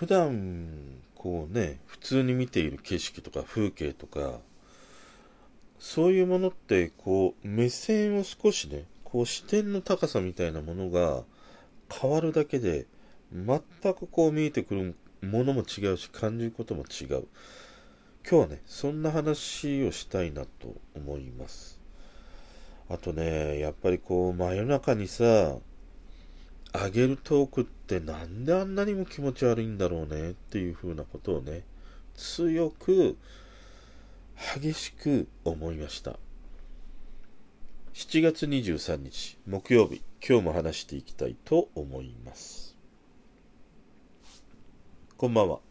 普段こうね、普通に見ている景色とか風景とか、そういうものってこう目線を少しね、こう視点の高さみたいなものが変わるだけで、全くこう見えてくるものも違うし、感じることも違う。今日はね、そんな話をしたいなと思います。あとね、やっぱりこう真夜中にさ、あげるトークってなんであんなにも気持ち悪いんだろうねっていう風なことをね、強く激しく思いました。7月23日木曜日、今日も話していきたいと思います。こんばんは。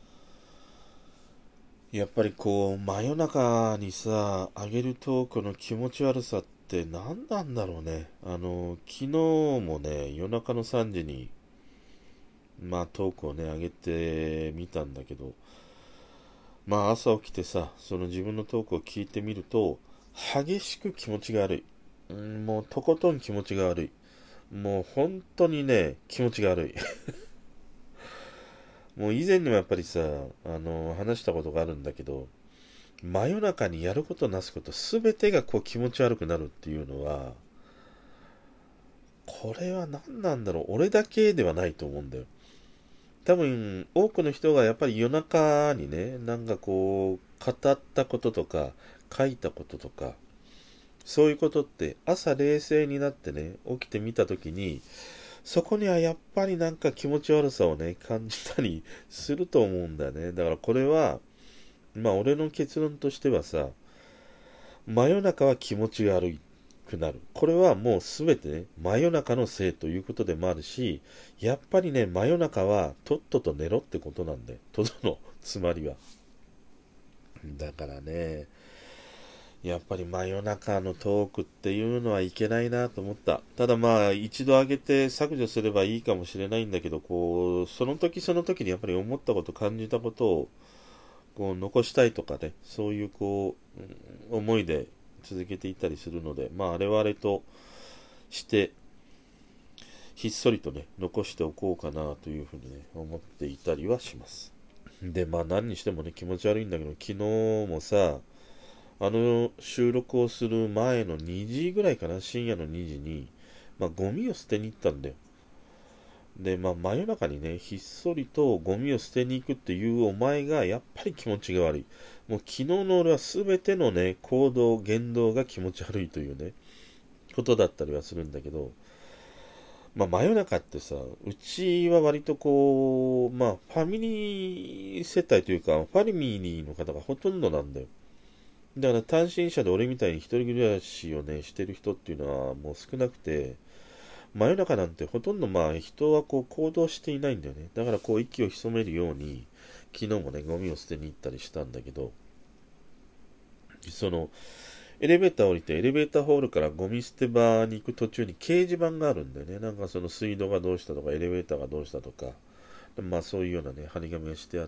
やっぱりこう真夜中にさ、あげるトークの気持ち悪さって何なんだろうね。昨日もね、夜中の3時にトークをね、上げてみたんだけど、朝起きてさ、その自分のトークを聞いてみると、激しく気持ちが悪い。もうとことん気持ちが悪い。もう本当にね、気持ちが悪い。もう以前にもやっぱりさ、話したことがあるんだけど、真夜中にやることなすことすべてがこう気持ち悪くなるっていうのは、これは何なんだろう。俺だけではないと思うんだよ。多分、多くの人がやっぱり夜中にね、なんかこう、語ったこととか、書いたこととか、そういうことって朝冷静になってね、起きてみたときに、そこにはやっぱりなんか気持ち悪さをね、感じたりすると思うんだよね。だからこれは、俺の結論としてはさ、真夜中は気持ちが悪くなる。これはもうすべてね、真夜中のせいということでもあるし、やっぱりね、真夜中はとっとと寝ろってことなんで、とどのつまりは。だからね、やっぱり真夜中のトークっていうのはいけないなと思った。ただ一度上げて削除すればいいかもしれないんだけど、こう、その時その時にやっぱり思ったこと、感じたことを、こう、残したいとかね、そういうこう、思いで続けていったりするので、あれはあれとして、ひっそりとね、残しておこうかなというふうにね、思っていたりはします。で、何にしてもね、気持ち悪いんだけど、昨日もさ、収録をする前の2時ぐらいかな、深夜の2時に、ゴミを捨てに行ったんだよ。で、真夜中にね、ひっそりとゴミを捨てに行くっていうお前が、やっぱり気持ちが悪い。もう昨日の俺は全てのね、行動、言動が気持ち悪いというね、ことだったりはするんだけど、真夜中ってさ、うちは割とこう、ファミリー世帯というか、ファミリーの方がほとんどなんだよ。だから単身者で俺みたいに一人暮らしをね、してる人っていうのはもう少なくて、真夜中なんてほとんど人はこう行動していないんだよね。だからこう息を潜めるように、昨日もね、ゴミを捨てに行ったりしたんだけど、その、エレベーター降りてエレベーターホールからゴミ捨て場に行く途中に掲示板があるんだよね。なんかその水道がどうしたとか、エレベーターがどうしたとか、そういうようなね、張り紙がしてあって、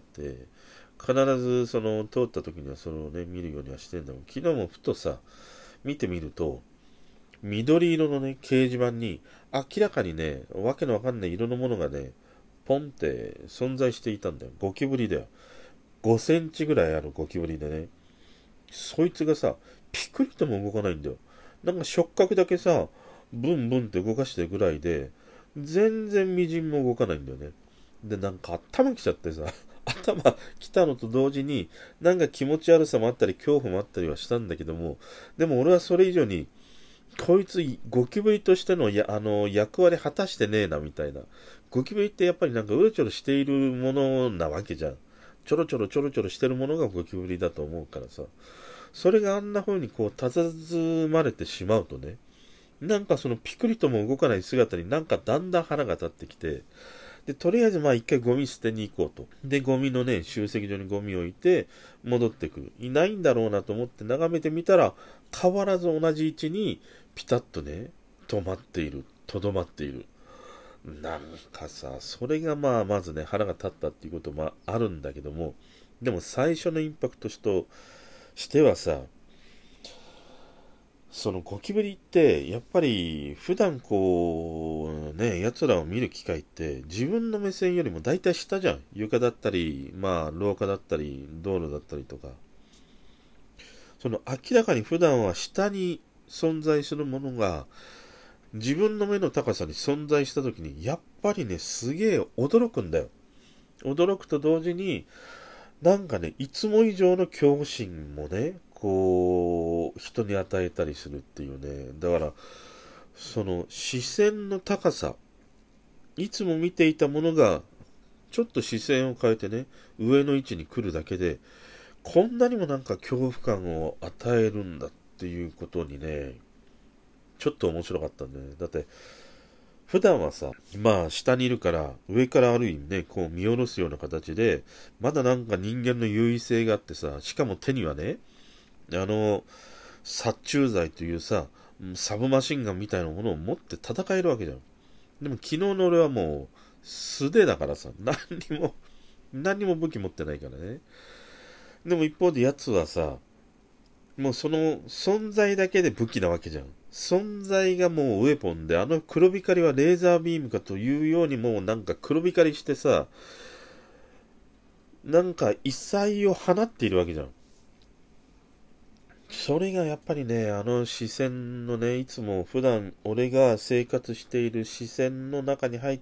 必ずその通った時にはそれをね、見るようにはしてんだけど、昨日もふとさ、見てみると、緑色のね、掲示板に、明らかにね、わけのわかんない色のものがね、ポンって存在していたんだよ。ゴキブリだよ。5センチぐらいあるゴキブリでね。そいつがさ、ピクリとも動かないんだよ。なんか触覚だけさ、ブンブンって動かしてるぐらいで、全然みじんも動かないんだよね。で、なんか頭きちゃってさ、頭きたのと同時に、なんか気持ち悪さもあったり、恐怖もあったりはしたんだけども、でも俺はそれ以上に、こいつ、ゴキブリとしての役割果たしてねえな、みたいな。ゴキブリってやっぱりなんかうろちょろしているものなわけじゃん。ちょろちょろちょろちょろしてるものがゴキブリだと思うからさ。それがあんな風にこう、佇まれてしまうとね、なんかそのピクリとも動かない姿になんかだんだん腹が立ってきて、で、とりあえず一回ゴミ捨てに行こうと。で、ゴミのね、集積所にゴミを置いて、戻ってくる。いないんだろうなと思って眺めてみたら、変わらず同じ位置に、ピタッとね、止まっている。とどまっている。なんかさ、それがまずね、腹が立ったっていうこともあるんだけども、でも最初のインパクトとしてはさ、 そのゴキブリってやっぱり普段こうね奴らを見る機会って自分の目線よりも大体下じゃん。床だったりまあ廊下だったり道路だったりとか、その明らかに普段は下に存在するものが自分の目の高さに存在した時にやっぱりねすげえ驚くんだよ。驚くと同時になんかねいつも以上の恐怖心もねこう人に与えたりするっていうね。だからその視線の高さ、いつも見ていたものがちょっと視線を変えてね上の位置に来るだけでこんなにもなんか恐怖感を与えるんだっていうことにねちょっと面白かったんだよね。だって普段はさ、まあ下にいるから上からある意味ねこう見下ろすような形でまだなんか人間の優位性があってさ、しかも手にはね殺虫剤というさサブマシンガンみたいなものを持って戦えるわけじゃん。でも昨日の俺はもう素手だからさ、何にも武器持ってないからね。でも一方で奴はさ、もうその存在だけで武器なわけじゃん。存在がもうウェポンで、あの黒光りはレーザービームかというようにもうなんか黒光りしてさ、なんか異彩を放っているわけじゃん。それがやっぱりね、あの視線のね、いつも普段俺が生活している視線の中に入って、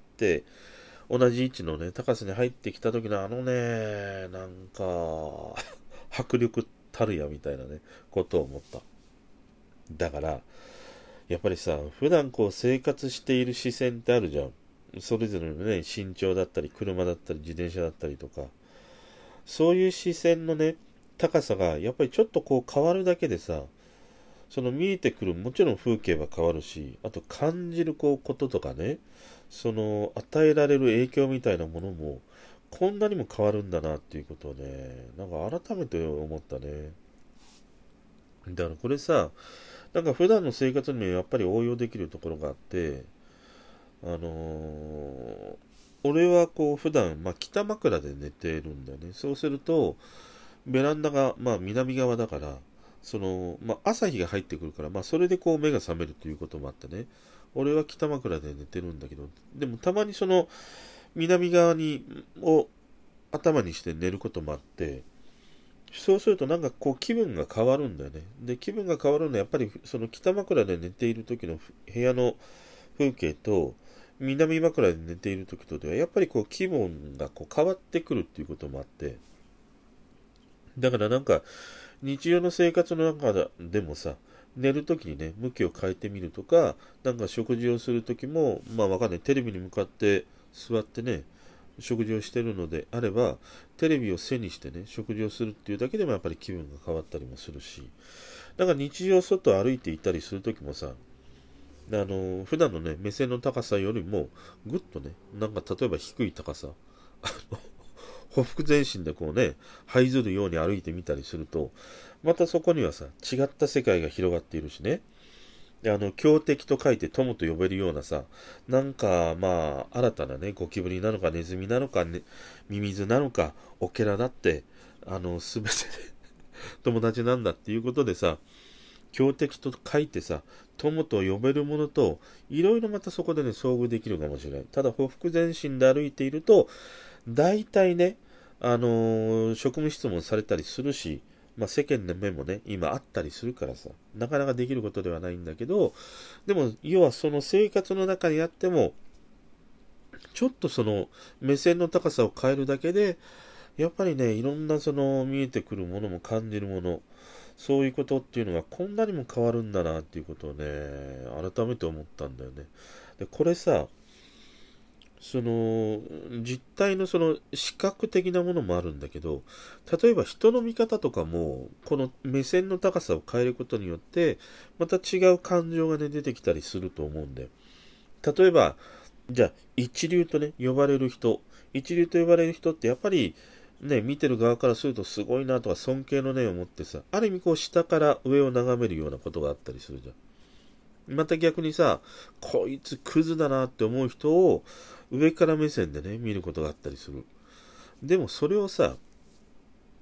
同じ位置のね、高さに入ってきた時のあのね、なんか、迫力たるやみたいなね、ことを思った。だから、やっぱりさ、普段こう生活している視線ってあるじゃん。それぞれのね、身長だったり、車だったり、自転車だったりとか、そういう視線のね、高さが、やっぱりちょっとこう変わるだけでさ、その見えてくるもちろん風景は変わるし、あと感じるこうこととかね、その与えられる影響みたいなものもこんなにも変わるんだなっていうことをね、なんか改めて思ったね。だからこれさ、なんか普段の生活にもやっぱり応用できるところがあって、あのー俺はこう普段、まあ、北枕で寝てるんだよね。そうすると、ベランダが、まあ、南側だから、まあ、朝日が入ってくるから、まあ、それでこう目が覚めるということもあってね、俺は北枕で寝てるんだけど、でもたまにその南側を頭にして寝ることもあって、そうするとなんかこう気分が変わるんだよね。で、気分が変わるのはやっぱりその北枕で寝ている時の部屋の風景と、南枕で寝ている時とではやっぱりこう気分がこう変わってくるっていうこともあって、だからなんか日常の生活の中でもさ、寝るときにね、向きを変えてみるとか、なんか食事をするときも、まあわかんない、テレビに向かって座ってね、食事をしてるのであれば、テレビを背にしてね、食事をするっていうだけでもやっぱり気分が変わったりもするし、なんか日常外を歩いていたりするときもさ、普段のね、目線の高さよりも、ぐっとね、なんか例えば低い高さ、ほふ前進でこうね、這いずるように歩いてみたりすると、またそこにはさ、違った世界が広がっているしね。で強敵と書いて友と呼べるようなさ、なんか、まあ、新たなね、ゴキブリなのかネズミなのか、ね、ミミズなのか、オケラだって、すべてで友達なんだっていうことでさ、強敵と書いてさ、友と呼べるものと、いろいろまたそこでね、遭遇できるかもしれない。ただ、ほふ前進で歩いていると、大体ね、職務質問されたりするし、まあ、世間の目もね、今あったりするからさ、なかなかできることではないんだけど、でも、要はその生活の中にあっても、ちょっとその目線の高さを変えるだけで、やっぱりね、いろんなその見えてくるものも感じるもの、そういうことっていうのがこんなにも変わるんだなっていうことをね、改めて思ったんだよね。で、これさ、その実態のその視覚的なものもあるんだけど、例えば人の見方とかもこの目線の高さを変えることによってまた違う感情がね出てきたりすると思うんだよ。例えばじゃあ一流とね呼ばれる人、一流と呼ばれる人ってやっぱりね見てる側からするとすごいなとか尊敬の念を持ってさ、ある意味こう下から上を眺めるようなことがあったりするじゃん。また逆にさ、こいつクズだなって思う人を上から目線でね、見ることがあったりする。でもそれをさ、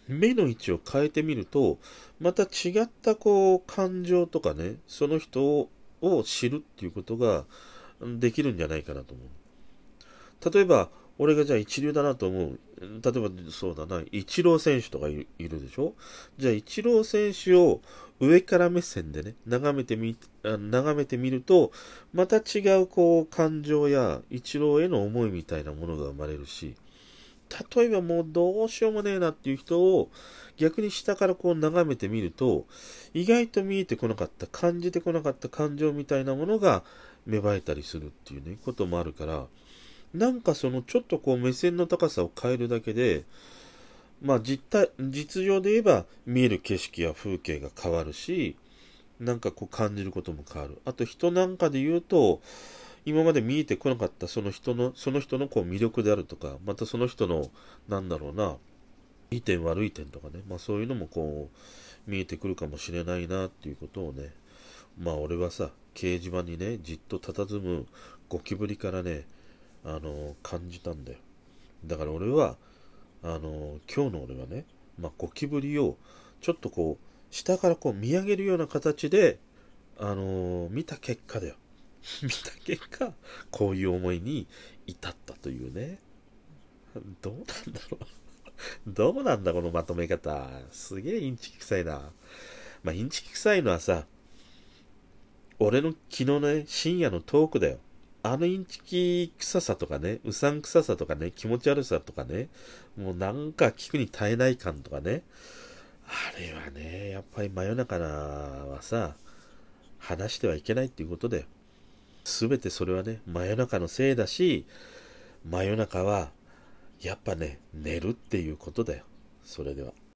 目の位置を変えてみると、また違ったこう感情とかね、その人を知るっていうことができるんじゃないかなと思う。例えば、俺がじゃあ一流だなと思う。例えばそうだな、イチロー選手とかいるでしょ。じゃあイチロー選手を上から目線でね、眺めてみると、また違うこう感情やイチローへの思いみたいなものが生まれるし、例えばもうどうしようもねえなっていう人を逆に下からこう眺めてみると、意外と見えてこなかった、感じてこなかった感情みたいなものが芽生えたりするっていうね、こともあるから、なんかそのちょっとこう目線の高さを変えるだけで、まあ実情で言えば見える景色や風景が変わるし、なんかこう感じることも変わる。あと人なんかで言うと、今まで見えてこなかったその人のこう魅力であるとか、またその人の、なんだろうな、いい点悪い点とかね、まあそういうのもこう、見えてくるかもしれないなっていうことをね、まあ俺はさ、掲示板にね、じっと佇むゴキブリからね、感じたんだよ。だから俺は、今日の俺はね、まあゴキブリをちょっとこう、下からこう見上げるような形で、見た結果だよ。見た結果、こういう思いに至ったというね。どうなんだろう。どうなんだ、このまとめ方。すげえインチキ臭いな。まあ、インチキ臭いのはさ、俺の昨日ね、深夜のトークだよ。あのインチキ臭さとかね、うさんくささとかね、気持ち悪さとかね、もうなんか聞くに耐えない感とかね。あれはね、やっぱり真夜中はさ、話してはいけないっていうことだよ。すべてそれはね、真夜中のせいだし、真夜中は、やっぱね、寝るっていうことだよ。それでは。